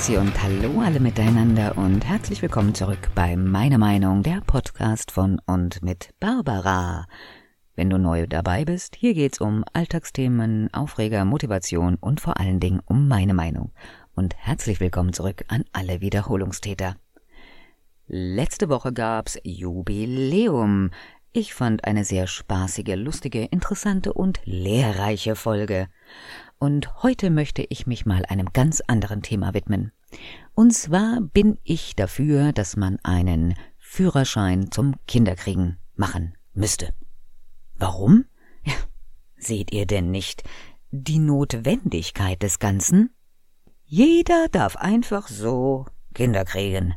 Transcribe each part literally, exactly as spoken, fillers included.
Grüezi und hallo alle miteinander und herzlich willkommen zurück bei Meine Meinung, der Podcast von und mit Barbara. Wenn du neu dabei bist, hier geht's um Alltagsthemen, Aufreger, Motivation und vor allen Dingen um meine Meinung. Und herzlich willkommen zurück an alle Wiederholungstäter. Letzte Woche gab's Jubiläum. Ich fand eine sehr spaßige, lustige, interessante und lehrreiche Folge. Und heute möchte ich mich mal einem ganz anderen Thema widmen. Und zwar bin ich dafür, dass man einen Führerschein zum Kinderkriegen machen müsste. Warum? Ja, seht ihr denn nicht die Notwendigkeit des Ganzen? Jeder darf einfach so Kinder kriegen.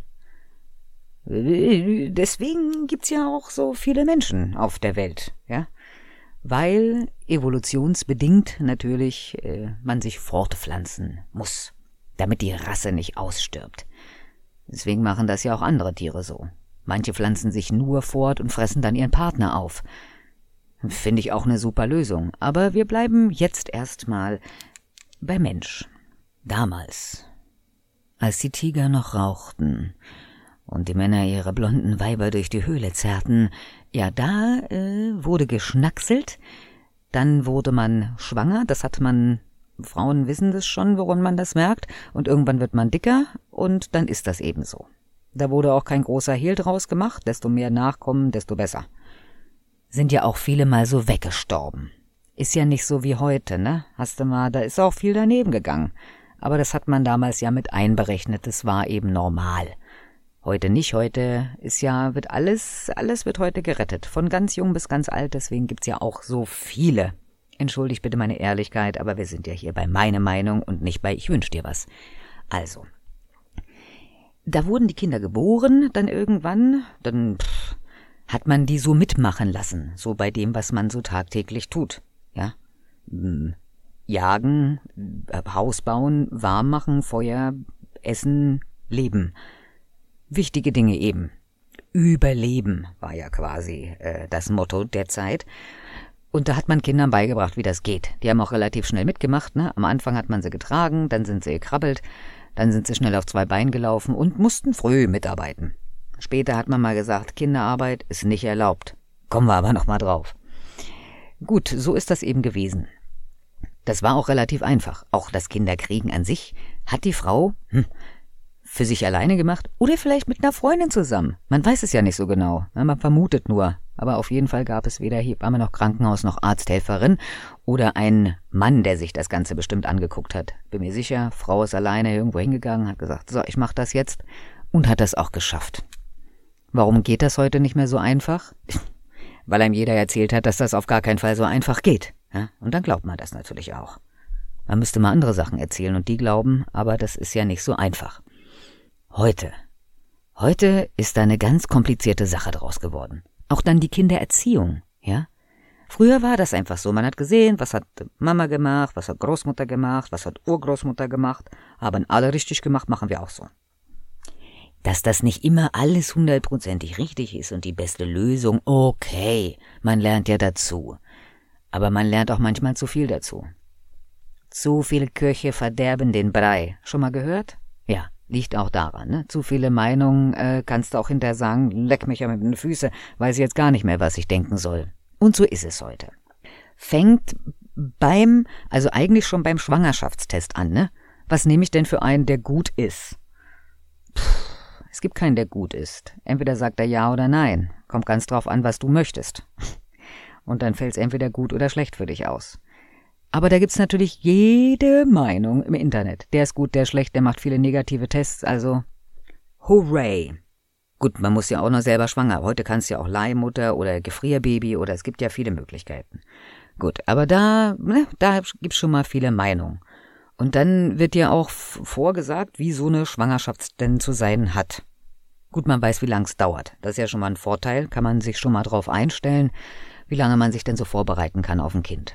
Deswegen gibt's ja auch so viele Menschen auf der Welt, ja? Weil evolutionsbedingt natürlich äh, man sich fortpflanzen muss, damit die Rasse nicht ausstirbt. Deswegen machen das ja auch andere Tiere so. Manche pflanzen sich nur fort und fressen dann ihren Partner auf. Finde ich auch eine super Lösung. Aber wir bleiben jetzt erstmal bei Mensch. Damals, als die Tiger noch rauchten und die Männer ihre blonden Weiber durch die Höhle zerrten, ja, da äh, wurde geschnackselt, dann wurde man schwanger, das hat man, Frauen wissen das schon, woran man das merkt, und irgendwann wird man dicker und dann ist das eben so. Da wurde auch kein großer Hehl draus gemacht, desto mehr Nachkommen, desto besser. Sind ja auch viele mal so weggestorben. Ist ja nicht so wie heute, ne? Hast du mal, da ist auch viel daneben gegangen. Aber das hat man damals ja mit einberechnet, das war eben normal. Heute nicht, heute ist ja, wird alles, alles wird heute gerettet. Von ganz jung bis ganz alt, deswegen gibt's ja auch so viele. Entschuldigt bitte meine Ehrlichkeit, aber wir sind ja hier bei Meine Meinung und nicht bei Ich wünsch dir was. Also, da wurden die Kinder geboren, dann irgendwann, dann pff, hat man die so mitmachen lassen, so bei dem, was man so tagtäglich tut, ja. Jagen, Haus bauen, warm machen, Feuer, essen, leben. Wichtige Dinge eben. Überleben war ja quasi äh, das Motto der Zeit. Und da hat man Kindern beigebracht, wie das geht. Die haben auch relativ schnell mitgemacht, ne? Am Anfang hat man sie getragen, dann sind sie gekrabbelt, dann sind sie schnell auf zwei Beinen gelaufen und mussten früh mitarbeiten. Später hat man mal gesagt, Kinderarbeit ist nicht erlaubt. Kommen wir aber noch mal drauf. Gut, so ist das eben gewesen. Das war auch relativ einfach. Auch das Kinderkriegen an sich hat die Frau hm, für sich alleine gemacht oder vielleicht mit einer Freundin zusammen. Man weiß es ja nicht so genau. Man vermutet nur. Aber auf jeden Fall gab es weder Hebamme noch Krankenhaus noch Arzthelferin oder einen Mann, der sich das Ganze bestimmt angeguckt hat. Bin mir sicher, Frau ist alleine irgendwo hingegangen, hat gesagt, so, ich mach das jetzt und hat das auch geschafft. Warum geht das heute nicht mehr so einfach? Weil einem jeder erzählt hat, dass das auf gar keinen Fall so einfach geht. Ja? Und dann glaubt man das natürlich auch. Man müsste mal andere Sachen erzählen und die glauben, aber das ist ja nicht so einfach. Heute. Heute ist da eine ganz komplizierte Sache draus geworden. Auch dann die Kindererziehung, ja. Früher war das einfach so. Man hat gesehen, was hat Mama gemacht, was hat Großmutter gemacht, was hat Urgroßmutter gemacht. Haben alle richtig gemacht, machen wir auch so. Dass das nicht immer alles hundertprozentig richtig ist und die beste Lösung, okay, man lernt ja dazu. Aber man lernt auch manchmal zu viel dazu. Zu viele Köche verderben den Brei. Schon mal gehört? Ja. Liegt auch daran, ne? Zu viele Meinungen äh, kannst du auch hinterher sagen, leck mich ja mit den Füßen, weiß ich jetzt gar nicht mehr, was ich denken soll. Und so ist es heute. Fängt beim, also eigentlich schon beim Schwangerschaftstest an, ne? Was nehme ich denn für einen, der gut ist? Puh, es gibt keinen, der gut ist. Entweder sagt er ja oder nein. Kommt ganz drauf an, was du möchtest. Und dann fällt es entweder gut oder schlecht für dich aus. Aber da gibt's natürlich jede Meinung im Internet. Der ist gut, der ist schlecht, der macht viele negative Tests, also hooray. Gut, man muss ja auch noch selber schwanger. Heute kannst du ja auch Leihmutter oder Gefrierbaby oder es gibt ja viele Möglichkeiten. Gut, aber da, ne, da gibt's schon mal viele Meinungen. Und dann wird dir auch vorgesagt, wie so eine Schwangerschaft denn zu sein hat. Gut, man weiß, wie lang es dauert. Das ist ja schon mal ein Vorteil, kann man sich schon mal drauf einstellen, wie lange man sich denn so vorbereiten kann auf ein Kind.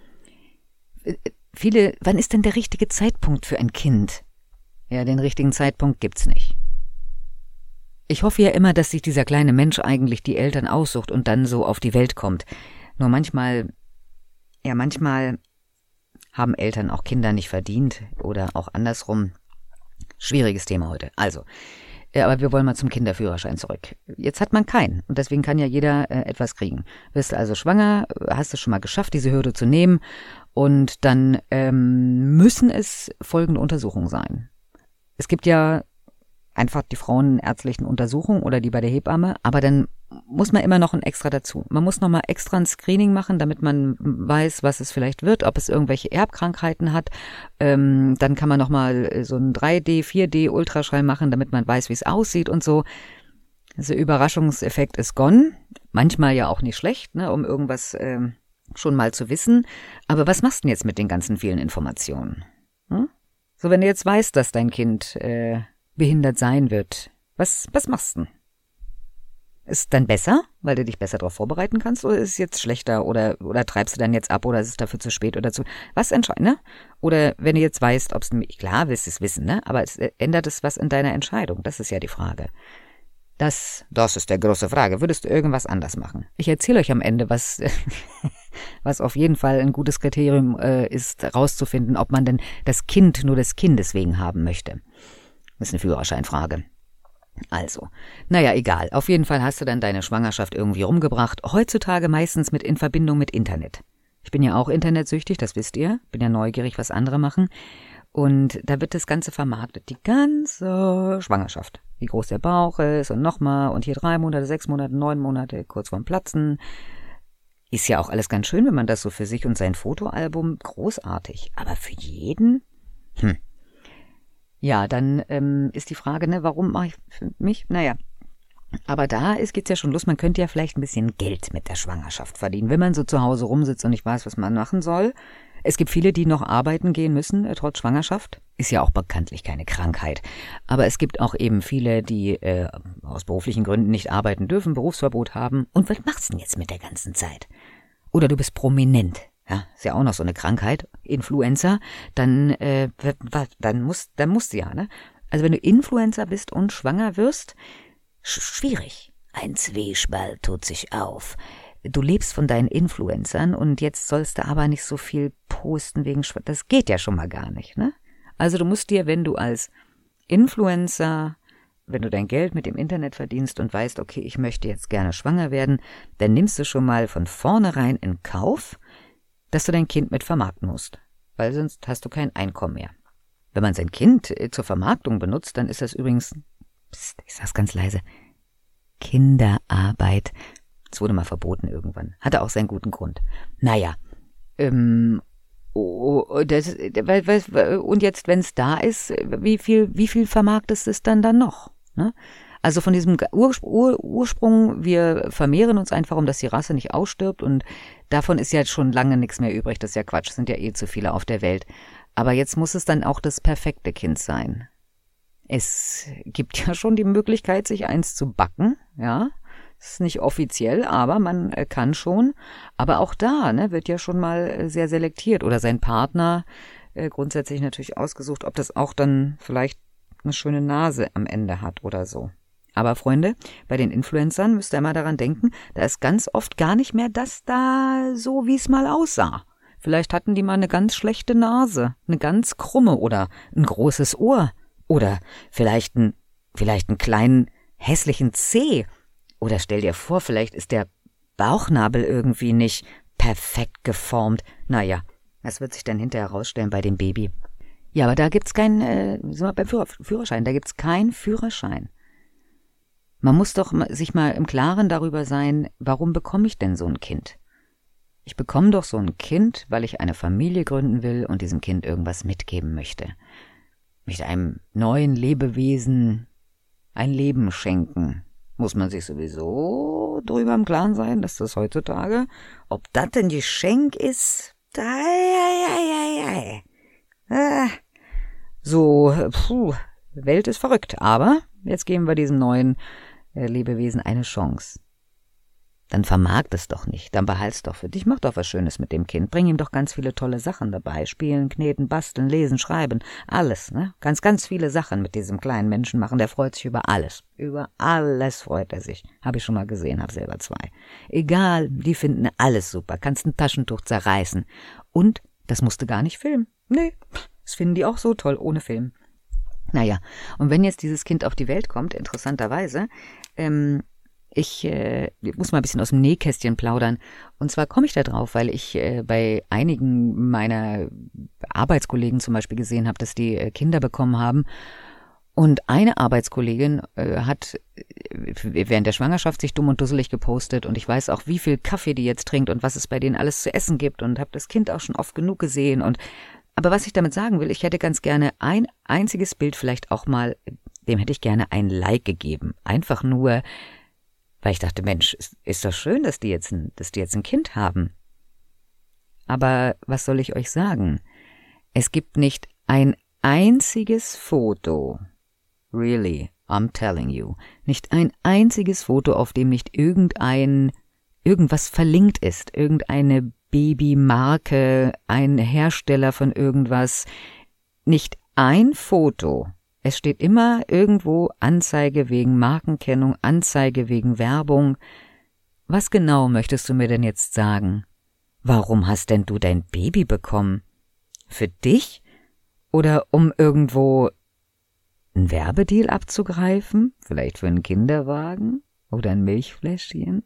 Viele, wann ist denn der richtige Zeitpunkt für ein Kind? Ja, den richtigen Zeitpunkt gibt's nicht. Ich hoffe ja immer, dass sich dieser kleine Mensch eigentlich die Eltern aussucht und dann so auf die Welt kommt. Nur manchmal, ja, manchmal haben Eltern auch Kinder nicht verdient oder auch andersrum. Schwieriges Thema heute. Also, äh, aber wir wollen mal zum Kinderführerschein zurück. Jetzt hat man keinen und deswegen kann ja jeder äh, etwas kriegen. Wirst also schwanger, hast es schon mal geschafft, diese Hürde zu nehmen und dann ähm, müssen es folgende Untersuchungen sein. Es gibt ja einfach die frauenärztlichen Untersuchungen oder die bei der Hebamme, aber dann muss man immer noch ein extra dazu. Man muss nochmal extra ein Screening machen, damit man weiß, was es vielleicht wird, ob es irgendwelche Erbkrankheiten hat. Ähm, dann kann man nochmal so ein drei D, vier D Ultraschall machen, damit man weiß, wie es aussieht und so. Also Überraschungseffekt ist gone. Manchmal ja auch nicht schlecht, ne, um irgendwas ähm, schon mal zu wissen. Aber was machst du denn jetzt mit den ganzen vielen Informationen? Hm? So, wenn du jetzt weißt, dass dein Kind äh, behindert sein wird, was, was machst du denn? Ist es dann besser, weil du dich besser darauf vorbereiten kannst, oder ist es jetzt schlechter oder, oder treibst du dann jetzt ab oder ist es dafür zu spät oder zu, was entscheidet, ne? Oder wenn du jetzt weißt, ob es, klar willst du es wissen, ne? Aber es, ändert es was in deiner Entscheidung? Das ist ja die Frage. Das, das ist der große Frage. Würdest du irgendwas anders machen? Ich erzähle euch am Ende, was, was auf jeden Fall ein gutes Kriterium äh, ist, rauszufinden, ob man denn das Kind nur des Kindes wegen haben möchte. Das ist eine Führerscheinfrage. Also, naja, egal. Auf jeden Fall hast du dann deine Schwangerschaft irgendwie rumgebracht. Heutzutage meistens mit in Verbindung mit Internet. Ich bin ja auch internetsüchtig, das wisst ihr. Bin ja neugierig, was andere machen. Und da wird das Ganze vermarktet. Die ganze Schwangerschaft. Wie groß der Bauch ist und nochmal. Und hier drei Monate, sechs Monate, neun Monate, kurz vorm Platzen. Ist ja auch alles ganz schön, wenn man das so für sich und sein Fotoalbum, großartig. Aber für jeden? Hm. Ja, dann ähm, ist die Frage, ne, warum mache ich für mich? Naja, aber da ist, geht's ja schon los, man könnte ja vielleicht ein bisschen Geld mit der Schwangerschaft verdienen, wenn man so zu Hause rumsitzt und nicht weiß, was man machen soll. Es gibt viele, die noch arbeiten gehen müssen, äh, trotz Schwangerschaft. Ist ja auch bekanntlich keine Krankheit. Aber es gibt auch eben viele, die äh, aus beruflichen Gründen nicht arbeiten dürfen, Berufsverbot haben. Und was machst du denn jetzt mit der ganzen Zeit? Oder du bist prominent. Ja, ist ja auch noch so eine Krankheit, Influencer, dann, äh, dann musst, dann musst du ja, ne? Also wenn du Influencer bist und schwanger wirst, sch- schwierig. Ein Zwiespalt tut sich auf. Du lebst von deinen Influencern und jetzt sollst du aber nicht so viel posten wegen Schw- das geht ja schon mal gar nicht, ne? Also du musst dir, wenn du als Influencer, wenn du dein Geld mit dem Internet verdienst und weißt, okay, ich möchte jetzt gerne schwanger werden, dann nimmst du schon mal von vornherein in Kauf, dass du dein Kind mit vermarkten musst, weil sonst hast du kein Einkommen mehr. Wenn man sein Kind zur Vermarktung benutzt, dann ist das übrigens, pst, ich sag's ganz leise, Kinderarbeit. Das wurde mal verboten irgendwann. Hatte auch seinen guten Grund. Naja, ähm, oh, das, und jetzt, wenn es da ist, wie viel, wie viel vermarktest es dann dann noch? Ne? Also von diesem Urspr- Ur- Ursprung, wir vermehren uns einfach, um dass die Rasse nicht ausstirbt und davon ist ja schon lange nichts mehr übrig. Das ist ja Quatsch, es sind ja eh zu viele auf der Welt. Aber jetzt muss es dann auch das perfekte Kind sein. Es gibt ja schon die Möglichkeit, sich eins zu backen, ja. Das ist nicht offiziell, aber man kann schon. Aber auch da, ne, wird ja schon mal sehr selektiert oder sein Partner äh, grundsätzlich natürlich ausgesucht, ob das auch dann vielleicht eine schöne Nase am Ende hat oder so. Aber Freunde, bei den Influencern müsst ihr mal daran denken, da ist ganz oft gar nicht mehr das da so, wie es mal aussah. Vielleicht hatten die mal eine ganz schlechte Nase, eine ganz krumme oder ein großes Ohr oder vielleicht einen, vielleicht einen kleinen hässlichen Zeh. Oder stell dir vor, vielleicht ist der Bauchnabel irgendwie nicht perfekt geformt. Naja, das wird sich dann hinterher herausstellen bei dem Baby. Ja, aber da gibt's keinen, äh, sind wir beim Führer, Führerschein, da gibt's keinen Führerschein. Man muss doch sich mal im Klaren darüber sein, warum bekomme ich denn so ein Kind? Ich bekomme doch so ein Kind, weil ich eine Familie gründen will und diesem Kind irgendwas mitgeben möchte. Ich möchte einem neuen Lebewesen ein Leben schenken. Muss man sich sowieso drüber im Klaren sein, dass das heutzutage, ob das denn Geschenk ist, so, puh, Welt ist verrückt, aber jetzt geben wir diesem neuen Lebewesen eine Chance. Dann vermarkt es doch nicht, dann behalt's doch für dich, mach doch was Schönes mit dem Kind, bring ihm doch ganz viele tolle Sachen dabei, spielen, kneten, basteln, lesen, schreiben, alles, ne? Ganz, ganz viele Sachen mit diesem kleinen Menschen machen, der freut sich über alles, über alles freut er sich, habe ich schon mal gesehen, habe selber zwei. Egal, die finden alles super, kannst ein Taschentuch zerreißen und das musst du gar nicht filmen, nee, das finden die auch so toll, ohne Film. Naja, und wenn jetzt dieses Kind auf die Welt kommt, interessanterweise, ähm, ich, äh, ich muss mal ein bisschen aus dem Nähkästchen plaudern. Und zwar komme ich da drauf, weil ich äh, bei einigen meiner Arbeitskollegen zum Beispiel gesehen habe, dass die äh, Kinder bekommen haben. Und eine Arbeitskollegin äh, hat äh, während der Schwangerschaft sich dumm und dusselig gepostet und ich weiß auch, wie viel Kaffee die jetzt trinkt und was es bei denen alles zu essen gibt und habe das Kind auch schon oft genug gesehen. Und aber was ich damit sagen will, ich hätte ganz gerne ein einziges Bild vielleicht auch mal, dem hätte ich gerne ein Like gegeben. Einfach nur, weil ich dachte, Mensch, ist, ist doch schön, dass die jetzt ein, dass die jetzt ein Kind haben. Aber was soll ich euch sagen? Es gibt nicht ein einziges Foto, really, I'm telling you, nicht ein einziges Foto, auf dem nicht irgendein, irgendwas verlinkt ist, irgendeine Babymarke, ein Hersteller von irgendwas, nicht ein Foto. Es steht immer irgendwo Anzeige wegen Markenkennung, Anzeige wegen Werbung. Was genau möchtest du mir denn jetzt sagen? Warum hast denn du dein Baby bekommen? Für dich? Oder um irgendwo einen Werbedeal abzugreifen? Vielleicht für einen Kinderwagen? Oder ein Milchfläschchen?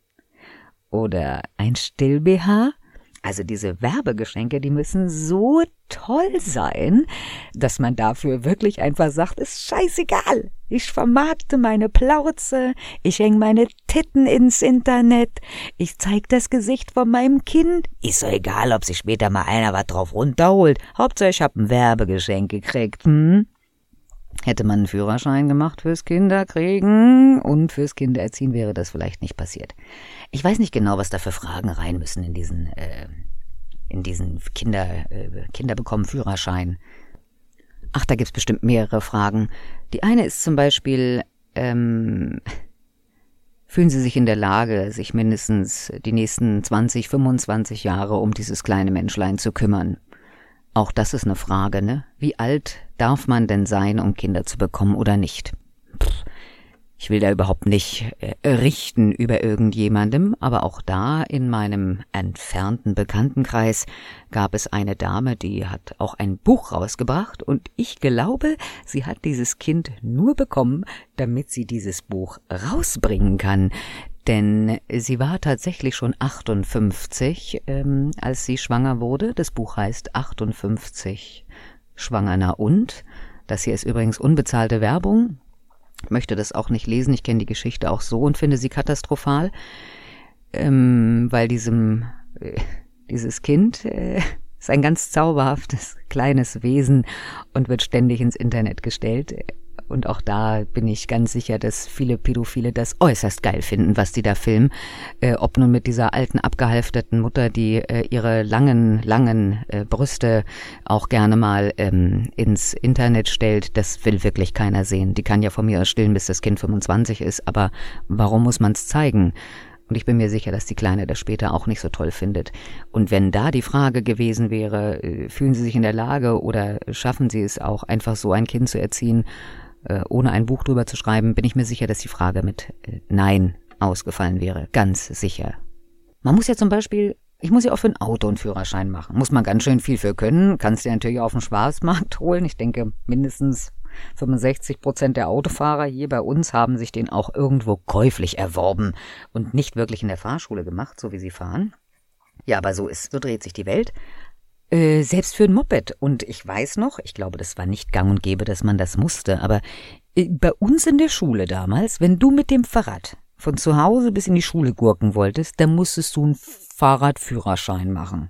Oder ein Still-B H? Also diese Werbegeschenke, die müssen so toll sein, dass man dafür wirklich einfach sagt, ist scheißegal. Ich vermarkte meine Plauze, ich hänge meine Titten ins Internet, ich zeig das Gesicht von meinem Kind. Ist doch egal, ob sich später mal einer was drauf runterholt. Hauptsache, ich hab ein Werbegeschenk gekriegt. Hm? Hätte man einen Führerschein gemacht fürs Kinderkriegen und fürs Kindererziehen, wäre das vielleicht nicht passiert. Ich weiß nicht genau, was da für Fragen rein müssen in diesen, äh, in diesen Kinder, äh, Kinder bekommen Führerschein. Ach, da gibt's bestimmt mehrere Fragen. Die eine ist zum Beispiel, ähm, fühlen Sie sich in der Lage, sich mindestens die nächsten zwanzig, fünfundzwanzig Jahre um dieses kleine Menschlein zu kümmern? Auch das ist eine Frage, ne? Wie alt darf man denn sein, um Kinder zu bekommen oder nicht? Pff, ich will da überhaupt nicht äh, richten über irgendjemandem, aber auch da in meinem entfernten Bekanntenkreis gab es eine Dame, die hat auch ein Buch rausgebracht und ich glaube, sie hat dieses Kind nur bekommen, damit sie dieses Buch rausbringen kann. Denn sie war tatsächlich schon achtundfünfzig, ähm, als sie schwanger wurde. Das Buch heißt achtundfünfzig, Schwanger na und. Das hier ist übrigens unbezahlte Werbung. Ich möchte das auch nicht lesen. Ich kenne die Geschichte auch so und finde sie katastrophal, ähm, weil diesem äh, dieses Kind äh, ist ein ganz zauberhaftes, kleines Wesen und wird ständig ins Internet gestellt. Und auch da bin ich ganz sicher, dass viele Pädophile das äußerst geil finden, was die da filmen. Äh, ob nun mit dieser alten, abgehalfterten Mutter, die äh, ihre langen, langen äh, Brüste auch gerne mal ähm, ins Internet stellt, das will wirklich keiner sehen. Die kann ja von mir aus stillen, bis das Kind fünfundzwanzig ist, aber warum muss man es zeigen? Und ich bin mir sicher, dass die Kleine das später auch nicht so toll findet. Und wenn da die Frage gewesen wäre, äh, fühlen Sie sich in der Lage oder schaffen Sie es auch, einfach so ein Kind zu erziehen, ohne ein Buch drüber zu schreiben, bin ich mir sicher, dass die Frage mit äh, Nein ausgefallen wäre. Ganz sicher. Man muss ja zum Beispiel, ich muss ja auch für ein Auto einen Führerschein machen. Muss man ganz schön viel für können. Kannst du ja natürlich auf dem Schwarzmarkt holen. Ich denke, mindestens fünfundsechzig Prozent der Autofahrer hier bei uns haben sich den auch irgendwo käuflich erworben und nicht wirklich in der Fahrschule gemacht, so wie sie fahren. Ja, aber so ist, so dreht sich die Welt. Äh, selbst für ein Moped. Und ich weiß noch, ich glaube, das war nicht gang und gäbe, dass man das musste, aber äh, bei uns in der Schule damals, wenn du mit dem Fahrrad von zu Hause bis in die Schule gurken wolltest, dann musstest du einen Fahrradführerschein machen.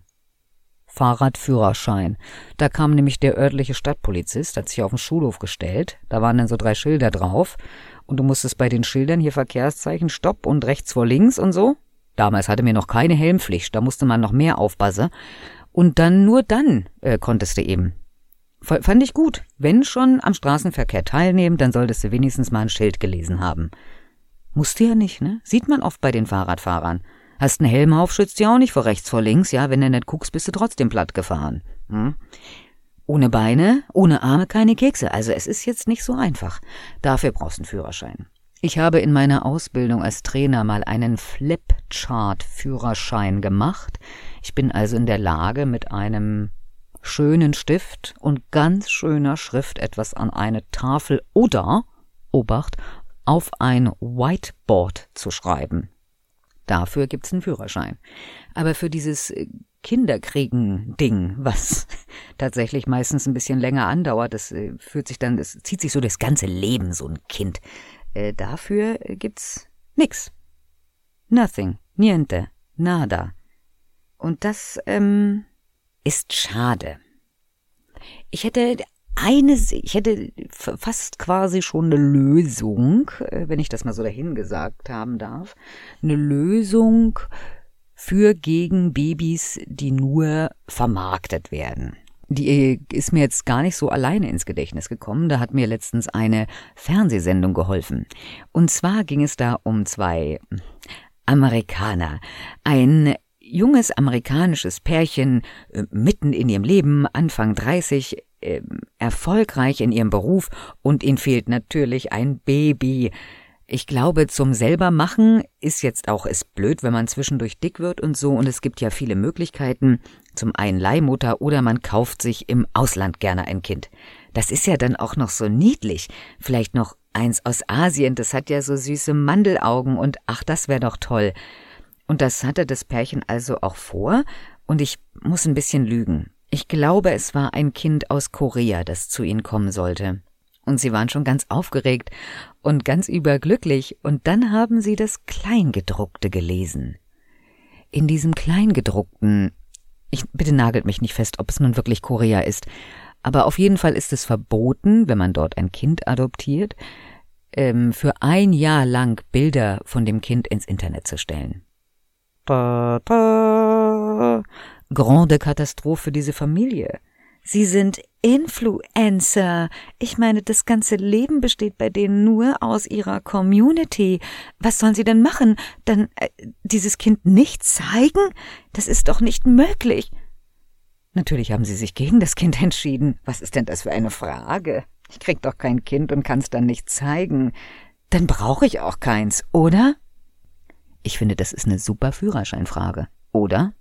Fahrradführerschein. Da kam nämlich der örtliche Stadtpolizist, hat sich auf den Schulhof gestellt, da waren dann so drei Schilder drauf und du musstest bei den Schildern hier Verkehrszeichen, Stopp und rechts vor links und so. Damals hatte mir noch keine Helmpflicht, da musste man noch mehr aufpassen. Und dann, nur dann äh, konntest du eben. F- fand ich gut. Wenn schon am Straßenverkehr teilnehmen, dann solltest du wenigstens mal ein Schild gelesen haben. Musst du ja nicht, ne? Sieht man oft bei den Fahrradfahrern. Hast einen Helm auf, schützt ja auch nicht vor rechts, vor links, ja? Wenn du nicht guckst, bist du trotzdem platt gefahren. Hm? Ohne Beine, ohne Arme keine Kekse. Also es ist jetzt nicht so einfach. Dafür brauchst du einen Führerschein. Ich habe in meiner Ausbildung als Trainer mal einen Flipchart-Führerschein gemacht. Ich bin also in der Lage, mit einem schönen Stift und ganz schöner Schrift etwas an eine Tafel oder, Obacht, auf ein Whiteboard zu schreiben. Dafür gibt's einen Führerschein. Aber für dieses Kinderkriegen-Ding, was tatsächlich meistens ein bisschen länger andauert, das führt sich dann, das zieht sich so das ganze Leben, so ein Kind. Äh, dafür gibt's nix. Nothing, niente, nada. Und das ähm, ist schade. Ich hätte eine, ich hätte fast quasi schon eine Lösung, wenn ich das mal so dahin gesagt haben darf, eine Lösung für gegen Babys, die nur vermarktet werden. Die ist mir jetzt gar nicht so alleine ins Gedächtnis gekommen. Da hat mir letztens eine Fernsehsendung geholfen. Und zwar ging es da um zwei Amerikaner. Ein junges amerikanisches Pärchen, äh, mitten in ihrem Leben, Anfang dreißig, äh, erfolgreich in ihrem Beruf und ihnen fehlt natürlich ein Baby. Ich glaube, zum selbermachen ist jetzt auch, ist blöd, wenn man zwischendurch dick wird und so, und es gibt ja viele Möglichkeiten. Zum einen Leihmutter oder man kauft sich im Ausland gerne ein Kind. Das ist ja dann auch noch so niedlich. Vielleicht noch eins aus Asien, das hat ja so süße Mandelaugen und ach, das wäre doch toll. Und das hatte das Pärchen also auch vor, und ich muss ein bisschen lügen. Ich glaube, es war ein Kind aus Korea, das zu ihnen kommen sollte. Und sie waren schon ganz aufgeregt und ganz überglücklich, und dann haben sie das Kleingedruckte gelesen. In diesem Kleingedruckten, ich bitte nagelt mich nicht fest, ob es nun wirklich Korea ist, aber auf jeden Fall ist es verboten, wenn man dort ein Kind adoptiert, ähm, für ein Jahr lang Bilder von dem Kind ins Internet zu stellen. Ta, ta. Grande Katastrophe für diese Familie. Sie sind Influencer. Ich meine, das ganze Leben besteht bei denen nur aus ihrer Community. Was sollen sie denn machen? Dann äh, dieses Kind nicht zeigen? Das ist doch nicht möglich. Natürlich haben sie sich gegen das Kind entschieden. Was ist denn das für eine Frage? Ich krieg doch kein Kind und kann's dann nicht zeigen. Dann brauche ich auch keins, oder? Ich finde, das ist eine super Führerscheinfrage, oder?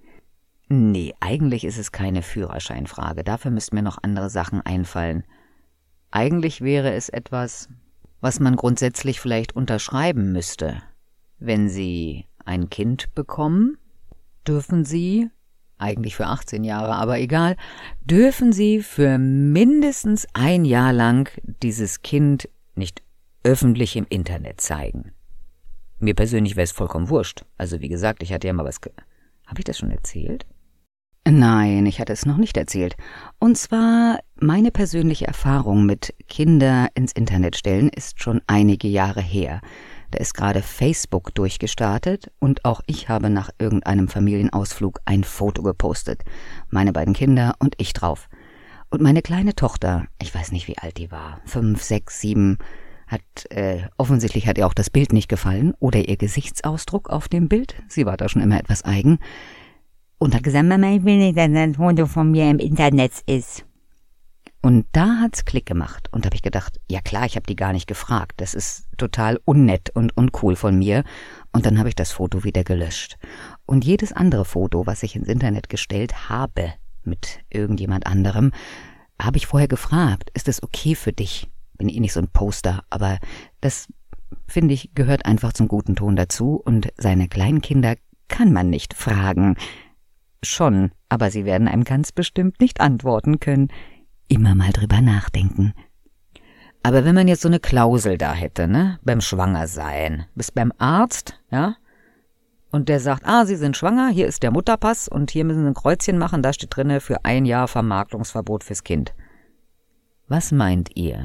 Nee, eigentlich ist es keine Führerscheinfrage. Dafür müssten mir noch andere Sachen einfallen. Eigentlich wäre es etwas, was man grundsätzlich vielleicht unterschreiben müsste. Wenn Sie ein Kind bekommen, dürfen Sie, eigentlich für achtzehn Jahre, aber egal, dürfen Sie für mindestens ein Jahr lang dieses Kind nicht öffentlich im Internet zeigen. Mir persönlich wäre es vollkommen wurscht. Also wie gesagt, ich hatte ja mal was... Ge- Habe ich das schon erzählt? Nein, ich hatte es noch nicht erzählt. Und zwar, meine persönliche Erfahrung mit Kinder ins Internet stellen ist schon einige Jahre her. Da ist gerade Facebook durchgestartet und auch ich habe nach irgendeinem Familienausflug ein Foto gepostet. Meine beiden Kinder und ich drauf. Und meine kleine Tochter, ich weiß nicht, wie alt die war, fünf, sechs, sieben... hat, äh, offensichtlich hat ihr auch das Bild nicht gefallen oder ihr Gesichtsausdruck auf dem Bild. Sie war da schon immer etwas eigen. Und hat gesagt, Mama, ich will nicht, dass ein Foto von mir im Internet ist. Und da hat's Klick gemacht. Und da habe ich gedacht, ja klar, ich habe die gar nicht gefragt. Das ist total unnett und uncool von mir. Und dann habe ich das Foto wieder gelöscht. Und jedes andere Foto, was ich ins Internet gestellt habe, mit irgendjemand anderem, habe ich vorher gefragt, ist das okay für dich? Bin eh nicht so ein Poster, aber das, finde ich, gehört einfach zum guten Ton dazu, und seine kleinen Kinder kann man nicht fragen. Schon, aber sie werden einem ganz bestimmt nicht antworten können. Immer mal drüber nachdenken. Aber wenn man jetzt so eine Klausel da hätte, ne, beim Schwangersein, bist beim Arzt, ja, und der sagt, ah, Sie sind schwanger, hier ist der Mutterpass und hier müssen Sie ein Kreuzchen machen, da steht drinne für ein Jahr Vermarktungsverbot fürs Kind. Was meint ihr?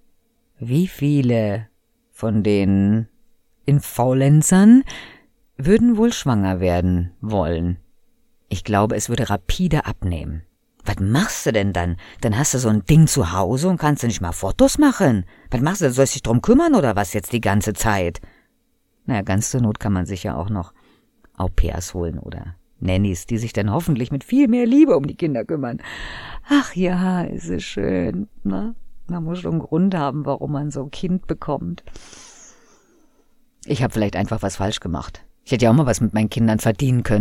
Wie viele von den Influencern würden wohl schwanger werden wollen? Ich glaube, es würde rapide abnehmen. Was machst du denn dann? Dann hast du so ein Ding zu Hause und kannst du nicht mal Fotos machen. Was machst du? Sollst du dich drum kümmern oder was jetzt die ganze Zeit? Naja, ganz zur Not kann man sich ja auch noch Au-pairs holen oder Nannies, die sich dann hoffentlich mit viel mehr Liebe um die Kinder kümmern. Ach ja, ist es schön, ne? Man muss schon einen Grund haben, warum man so ein Kind bekommt. Ich habe vielleicht einfach was falsch gemacht. Ich hätte ja auch mal was mit meinen Kindern verdienen können.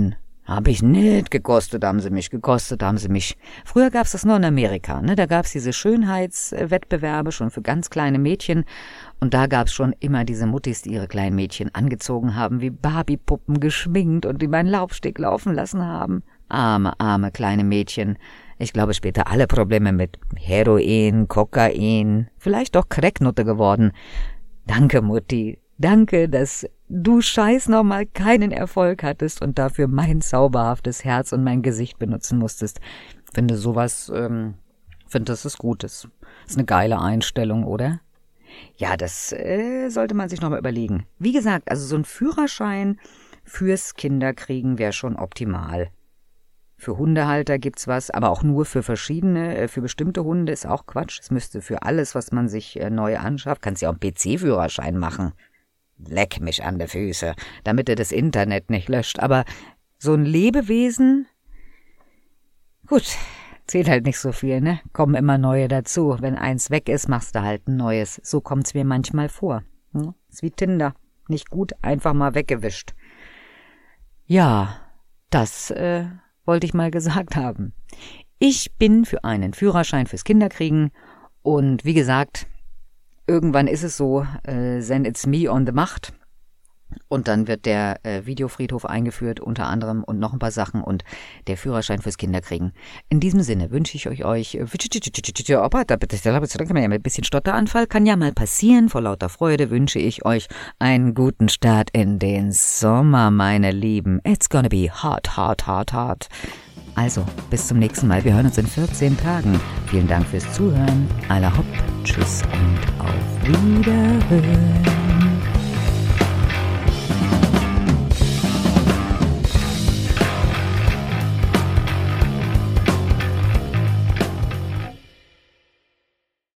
Hab ich nicht, gekostet haben sie mich, gekostet haben sie mich. Früher gab's das nur in Amerika, ne? Da gab's diese Schönheitswettbewerbe schon für ganz kleine Mädchen und da gab's schon immer diese Muttis, die ihre kleinen Mädchen angezogen haben, wie Barbiepuppen geschminkt und die meinen Laufsteg laufen lassen haben. Arme, arme kleine Mädchen. Ich glaube, später alle Probleme mit Heroin, Kokain, vielleicht doch Cracknutte geworden. Danke, Mutti. Danke, dass du scheiß nochmal keinen Erfolg hattest und dafür mein zauberhaftes Herz und mein Gesicht benutzen musstest. Finde sowas, ähm, finde das ist Gutes. Ist eine geile Einstellung, oder? Ja, das äh, sollte man sich nochmal überlegen. Wie gesagt, also so ein Führerschein fürs Kinderkriegen wäre schon optimal. Für Hundehalter gibt's was, aber auch nur für verschiedene, für bestimmte Hunde ist auch Quatsch. Es müsste für alles, was man sich äh, neu anschafft, kannst ja auch einen P C-Führerschein machen. Leck mich an die Füße, damit er das Internet nicht löscht. Aber so ein Lebewesen, gut, zählt halt nicht so viel, ne? Kommen immer neue dazu. Wenn eins weg ist, machst du halt ein neues. So kommt's mir manchmal vor. Hm? Ist wie Tinder. Nicht gut, einfach mal weggewischt. Ja, das äh, wollte ich mal gesagt haben. Ich bin für einen Führerschein fürs Kinderkriegen und wie gesagt, irgendwann ist es so, äh, then it's me on the Macht. Und dann wird der äh, Videofriedhof eingeführt, unter anderem und noch ein paar Sachen und der Führerschein fürs Kinderkriegen. In diesem Sinne wünsche ich euch euch, ein bisschen Stotteranfall kann ja mal passieren. Vor lauter Freude wünsche ich euch einen guten Start in den Sommer, meine Lieben. It's gonna be hot, hot, hot, hot. Also, bis zum nächsten Mal. Wir hören uns in vierzehn Tagen. Vielen Dank fürs Zuhören. Alla hopp, tschüss und auf Wiederhören.